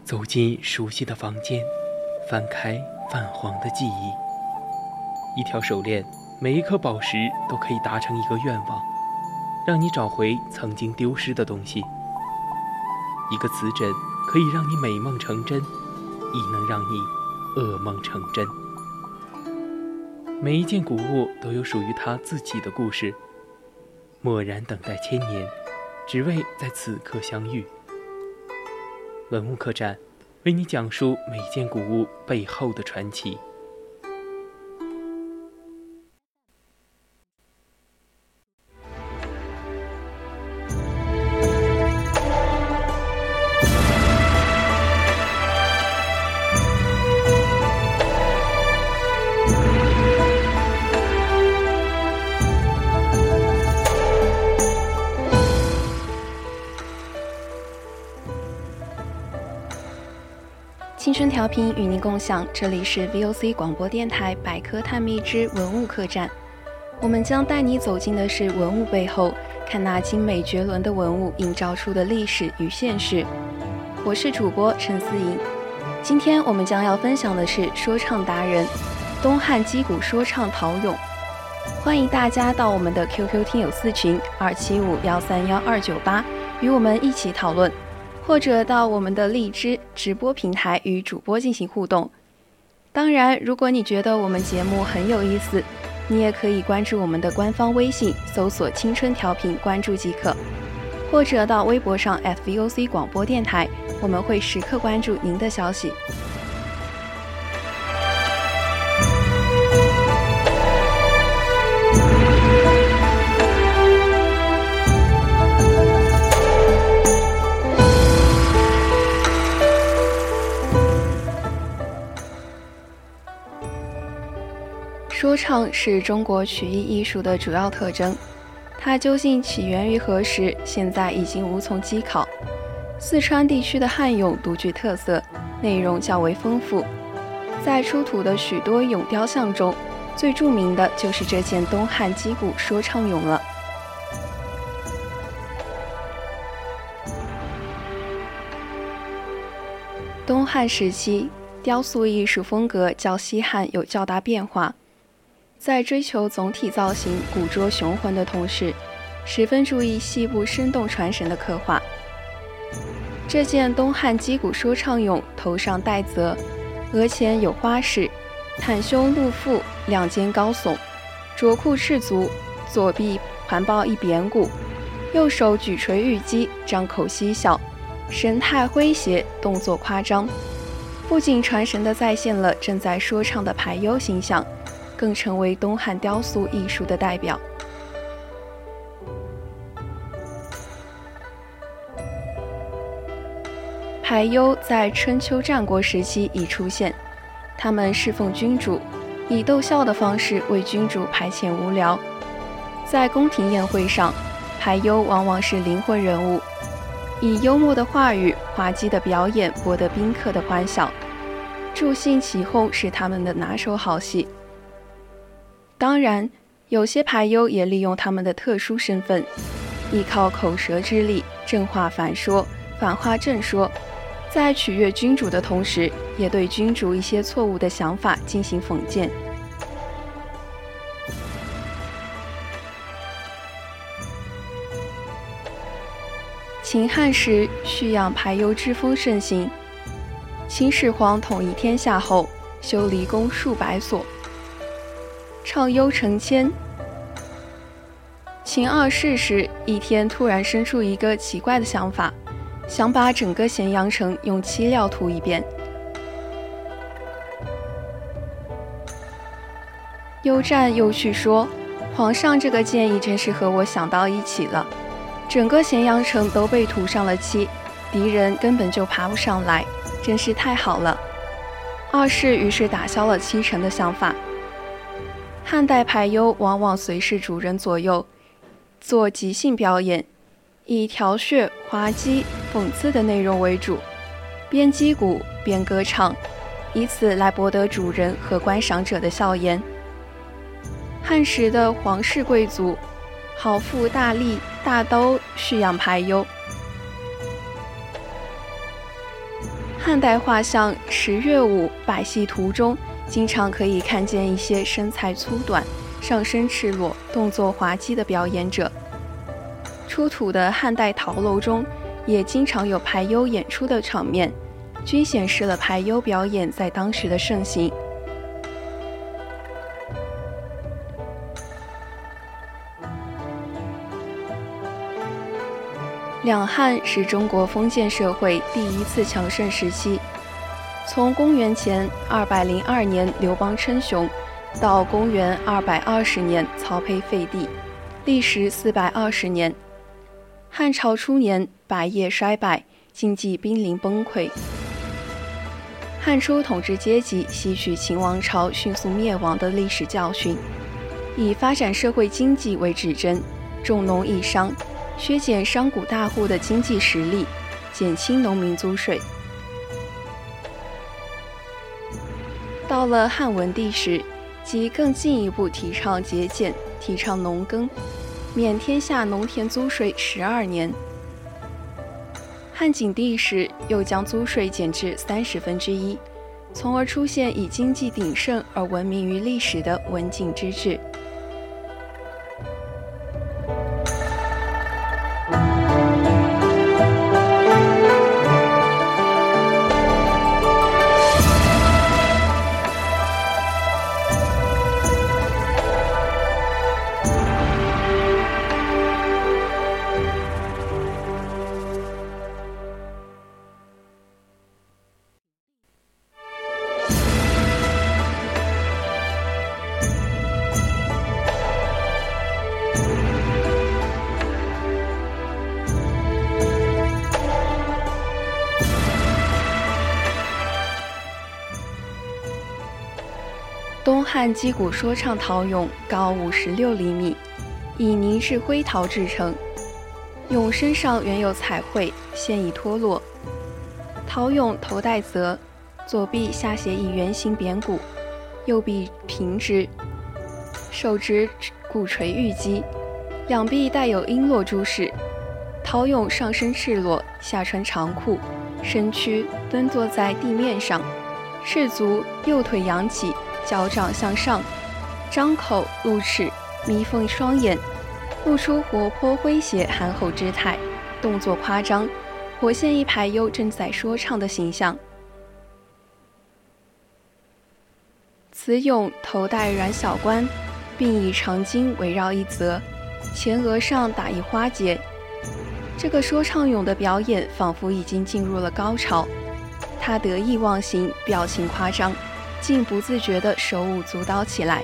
走进熟悉的房间，翻开泛黄的记忆。一条手链，每一颗宝石都可以达成一个愿望，让你找回曾经丢失的东西。一个瓷枕可以让你美梦成真，亦能让你噩梦成真。每一件古物都有属于它自己的故事，默然等待千年，只为在此刻相遇。文物客栈为你讲述每件古物背后的传奇。 青春调频与您共享，这里是 VOC 广播电台百科探秘之文物客栈。我们将带你走进的是文物背后，看那精美绝伦的文物映照出的历史与现实。我是主播陈思颖，今天我们将要分享的是说唱达人东汉击鼓说唱陶俑。欢迎大家到我们的 QQ 听友私群275131298与我们一起讨论，或者到我们的荔枝直播平台与主播进行互动。当然，如果你觉得我们节目很有意思，你也可以关注我们的官方微信，搜索青春调频关注即可，或者到微博上 @VOC 广播电台，我们会时刻关注您的消息。说唱是中国曲艺艺术的主要特征，它究竟起源于何时，现在已经无从稽考。四川地区的汉俑独具特色，内容较为丰富。在出土的许多俑雕像中，最著名的就是这件东汉击鼓说唱俑了。东汉时期，雕塑艺术风格较西汉有较大变化。在追求总体造型、捕捉雄浑的同时，十分注意细部生动传神的刻画。这件东汉击鼓说唱俑头上戴责，额前有花饰，袒胸露腹，两肩高耸，着裤赤足，左臂环抱一扁鼓，右手举锤玉击，张口嬉笑，神态诙谐，动作夸张，不仅传神地再现了正在说唱的排忧形象，更成为东汉雕塑艺术的代表。排忧在春秋战国时期已出现，他们侍奉君主，以逗笑的方式为君主排遣无聊。在宫廷宴会上，排忧往往是灵魂人物，以幽默的话语、滑稽的表演博得宾客的欢笑。助兴起哄是他们的拿手好戏。当然，有些排忧也利用他们的特殊身份，依靠口舌之力正话反说，反话正说，在取悦君主的同时，也对君主一些错误的想法进行讽谏。秦汉时，蓄养排忧之风盛行。秦始皇统一天下后，修离宫数百所，唱忧成千。秦二世时，一天突然生出一个奇怪的想法，想把整个咸阳城用漆料涂一遍。幽战又去说，皇上这个建议真是和我想到一起了，整个咸阳城都被涂上了漆，敌人根本就爬不上来，真是太好了。二世于是打消了漆城的想法。汉代排忧往往随侍主人左右，做即兴表演，以调谑、滑稽、讽刺的内容为主，边击鼓边歌唱，以此来博得主人和观赏者的笑颜。汉时的皇室贵族好富大利、大都蓄养排忧。 汉代画像《十月舞百戏图》中，经常可以看见一些身材粗短、上身赤裸、动作滑稽的表演者。出土的汉代陶楼中，也经常有排忧演出的场面，均显示了排忧表演在当时的盛行。两汉是中国封建社会第一次强盛时期，从公元前202年刘邦称雄到公元220年曹丕废帝，历时420年。汉朝初年，百业衰败，经济濒临崩溃。汉初统治阶级吸取秦王朝迅速灭亡的历史教训，以发展社会经济为指针，重农抑商，削减商贾大户的经济实力，减轻农民租税。到了汉文帝时，即更进一步提倡节俭，提倡农耕，免天下农田租税12年。汉景帝时，又将租税减至1/30，从而出现以经济鼎盛而闻名于历史的文景之治。东汉击鼓说唱陶俑高56厘米，以泥质灰陶制成，俑身上原有彩绘，现已脱落。陶俑头戴则，左臂下写一圆形扁骨，右臂平直，手执鼓槌玉击，两臂带有璎珞珠饰。陶俑上身赤裸，下穿长裤，身躯蹲坐在地面上，赤足，右腿扬起，脚掌向上，张口露齿，眯缝双眼，露出活泼诙谐憨厚之态，动作夸张，活现一排忧正在说唱的形象。此俑头戴软小冠，并以长巾围绕一则，前额上打一花结。这个说唱俑的表演仿佛已经进入了高潮，他得意忘形，表情夸张，竟不自觉地手舞足蹈起来。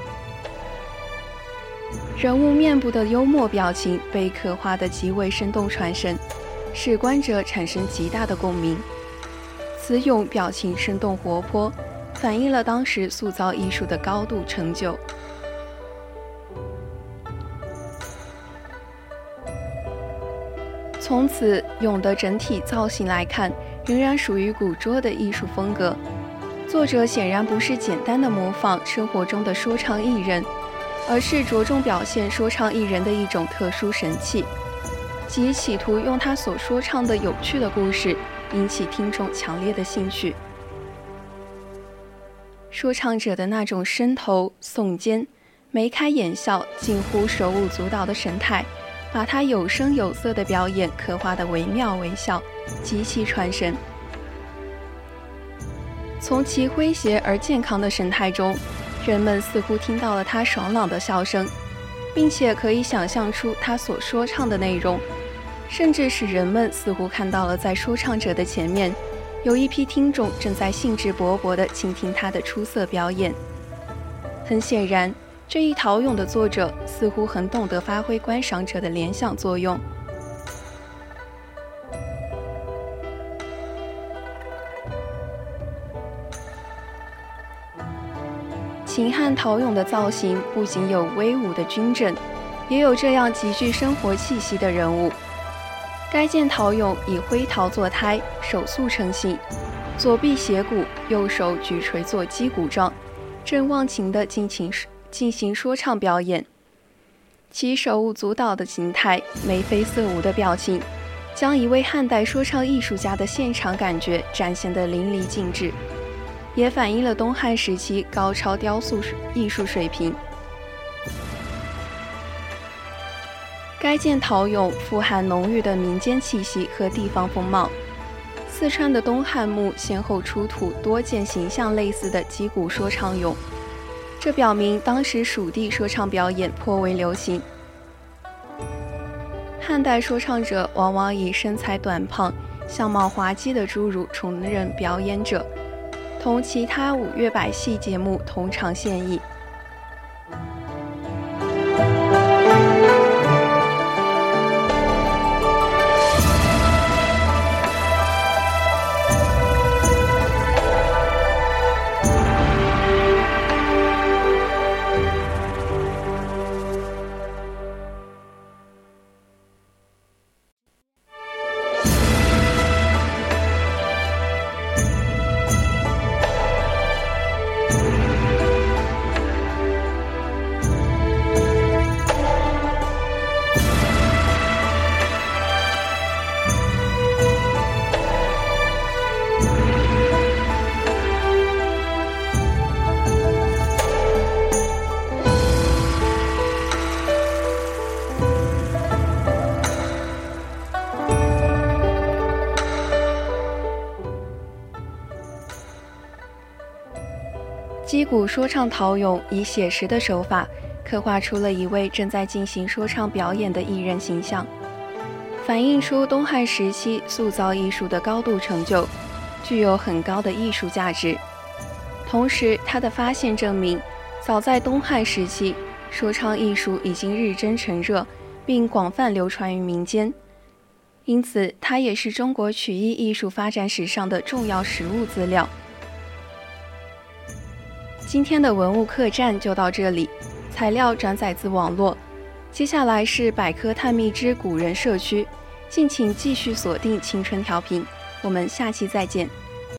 人物面部的幽默表情被刻画得极为生动传神，使观者产生极大的共鸣。此俑表情生动活泼，反映了当时塑造艺术的高度成就。从此，俑的整体造型来看，仍然属于古拙的艺术风格。作者显然不是简单的模仿生活中的说唱艺人，而是着重表现说唱艺人的一种特殊神气，即企图用他所说唱的有趣的故事，引起听众强烈的兴趣。说唱者的那种伸头、耸肩、眉开眼笑、近乎手舞足蹈的神态，把他有声有色的表演刻画得惟妙惟肖，极其传神。从其诙谐而健康的神态中，人们似乎听到了他爽朗的笑声，并且可以想象出他所说唱的内容，甚至使人们似乎看到了在说唱者的前面，有一批听众正在兴致勃勃地倾听他的出色表演。很显然，这一陶俑的作者似乎很懂得发挥观赏者的联想作用。秦汉陶俑的造型不仅有威武的军阵，也有这样极具生活气息的人物。该件陶俑以灰陶作胎，手塑成型，左臂斜鼓，右手举锤作击鼓状，正忘情地进行说唱表演。其手舞足蹈的形态，眉飞色舞的表情， 将一位汉代说唱艺术家的现场感觉展现得淋漓尽致，也反映了东汉时期高超雕塑艺术水平。该件陶俑富含浓郁的民间气息和地方风貌。四川的东汉墓先后出土多件形象类似的击鼓说唱俑，这表明当时蜀地说唱表演颇为流行。汉代说唱者往往以身材短胖、相貌滑稽的侏儒充任表演者，同其他五岳百戏节目同场现役。击鼓说唱陶俑以写实的手法刻画出了一位正在进行说唱表演的艺人形象，反映出东汉时期塑造艺术的高度成就，具有很高的艺术价值。同时，他的发现证明，早在东汉时期，说唱艺术已经日臻成热，并广泛流传于民间。因此，它也是中国曲艺艺术发展史上的重要实物资料。今天的文物客栈就到这里，材料转载自网络。接下来是百科探秘之古人社区，敬请继续锁定青春调频，我们下期再见。